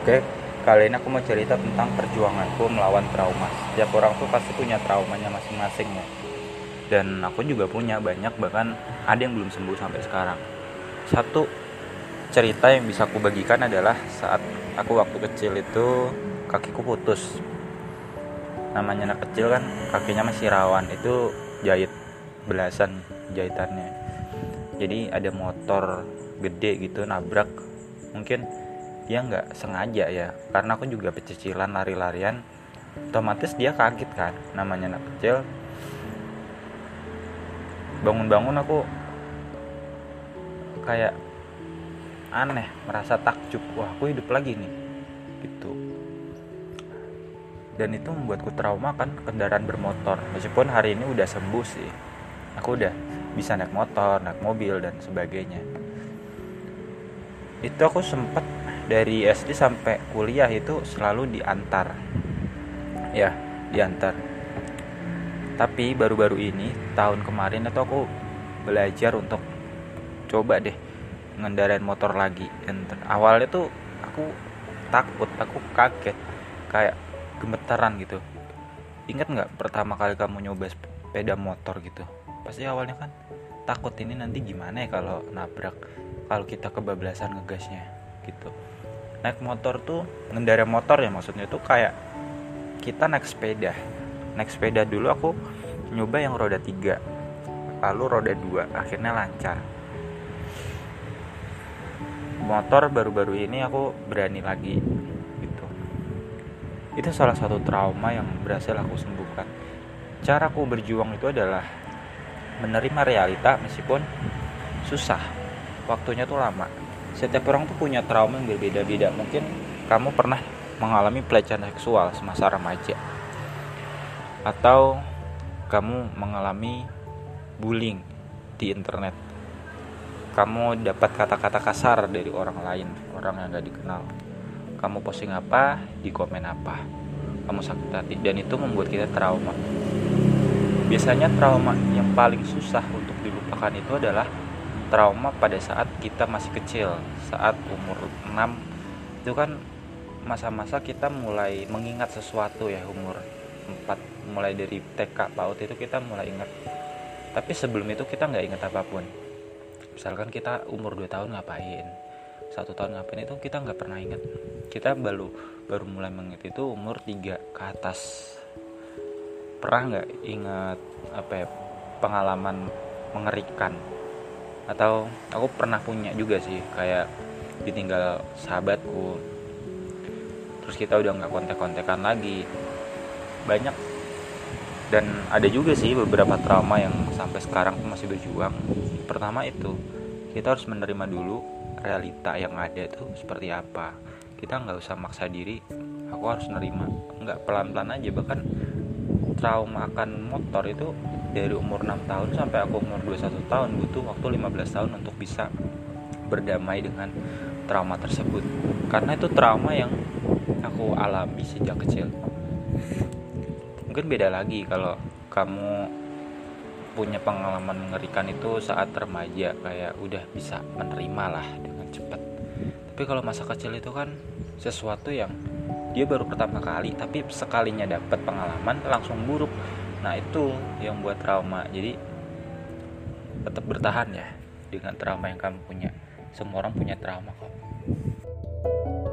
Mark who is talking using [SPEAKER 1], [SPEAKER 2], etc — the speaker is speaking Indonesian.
[SPEAKER 1] Oke, kali ini aku mau cerita tentang perjuanganku melawan trauma. Setiap orang tuh pasti punya traumanya masing-masing ya. Dan aku juga punya banyak, bahkan ada yang belum sembuh sampai sekarang. Satu cerita yang bisa aku bagikan adalah saat aku waktu kecil itu kakiku putus. Namanya anak kecil kan kakinya masih rawan, itu jahit belasan jahitannya. Jadi ada motor gede gitu nabrak, mungkin dia nggak sengaja ya, karena aku juga pecicilan lari-larian, otomatis dia kaget kan, namanya anak kecil. Bangun-bangun aku kayak aneh, merasa takjub, wah aku hidup lagi nih gitu. Dan itu membuatku trauma kan kendaraan bermotor. Meskipun hari ini udah sembuh sih, aku udah bisa naik motor, naik mobil dan sebagainya. Itu aku sempet dari SD sampai kuliah itu selalu diantar ya, diantar. Tapi baru-baru ini tahun kemarin itu aku belajar untuk coba deh ngendarain motor lagi. Dan awalnya tuh aku takut, aku kaget, kayak gemetaran gitu. Ingat nggak pertama kali kamu nyoba sepeda motor gitu? Pasti awalnya kan takut, ini nanti gimana ya kalau nabrak, kalau kita kebablasan ngegasnya gitu. Naik motor tuh, ngendara motor ya maksudnya tuh kayak kita naik sepeda. Naik sepeda dulu aku nyoba yang roda 3, lalu roda 2, akhirnya lancar. Motor baru-baru ini aku berani lagi gitu. Itu salah satu trauma yang berhasil aku sembuhkan. Caraku berjuang itu adalah menerima realita meskipun susah, waktunya tuh lama. Setiap orang tuh punya trauma yang berbeda-beda. Mungkin kamu pernah mengalami pelecehan seksual semasa remaja, atau kamu mengalami bullying di internet. Kamu dapat kata-kata kasar dari orang lain, orang yang gak dikenal. Kamu posting apa, di komen apa, kamu sakit hati, dan itu membuat kita trauma. Biasanya trauma yang paling susah untuk dilupakan itu adalah trauma pada saat kita masih kecil. Saat umur 6 itu kan masa-masa kita mulai mengingat sesuatu ya. Umur 4, mulai dari TK PAUD itu kita mulai ingat. Tapi sebelum itu kita gak ingat apapun. Misalkan kita umur 2 tahun ngapain, 1 tahun ngapain, itu kita gak pernah ingat. Kita baru mulai mengingat itu umur 3 ke atas. Pernah gak ingat pengalaman mengerikan? Atau aku pernah punya juga sih, kayak ditinggal sahabatku, terus kita udah gak kontek-kontekan lagi. Banyak. Dan ada juga sih beberapa trauma yang sampai sekarang masih berjuang. Pertama itu, kita harus menerima dulu realita yang ada itu seperti apa. Kita gak usah maksa diri, aku harus nerima. Enggak, pelan-pelan aja. Bahkan trauma akan motor itu dari umur 6 tahun sampai aku umur 21 tahun, butuh waktu 15 tahun untuk bisa berdamai dengan trauma tersebut. Karena itu trauma yang aku alami sejak kecil. Mungkin beda lagi kalau kamu punya pengalaman mengerikan itu saat remaja, kayak udah bisa menerima lah dengan cepat. Tapi kalau masa kecil itu kan sesuatu yang dia baru pertama kali, tapi sekalinya dapat pengalaman langsung buruk. Nah itu yang buat trauma. Jadi tetap bertahan ya dengan trauma yang kamu punya. Semua orang punya trauma kok.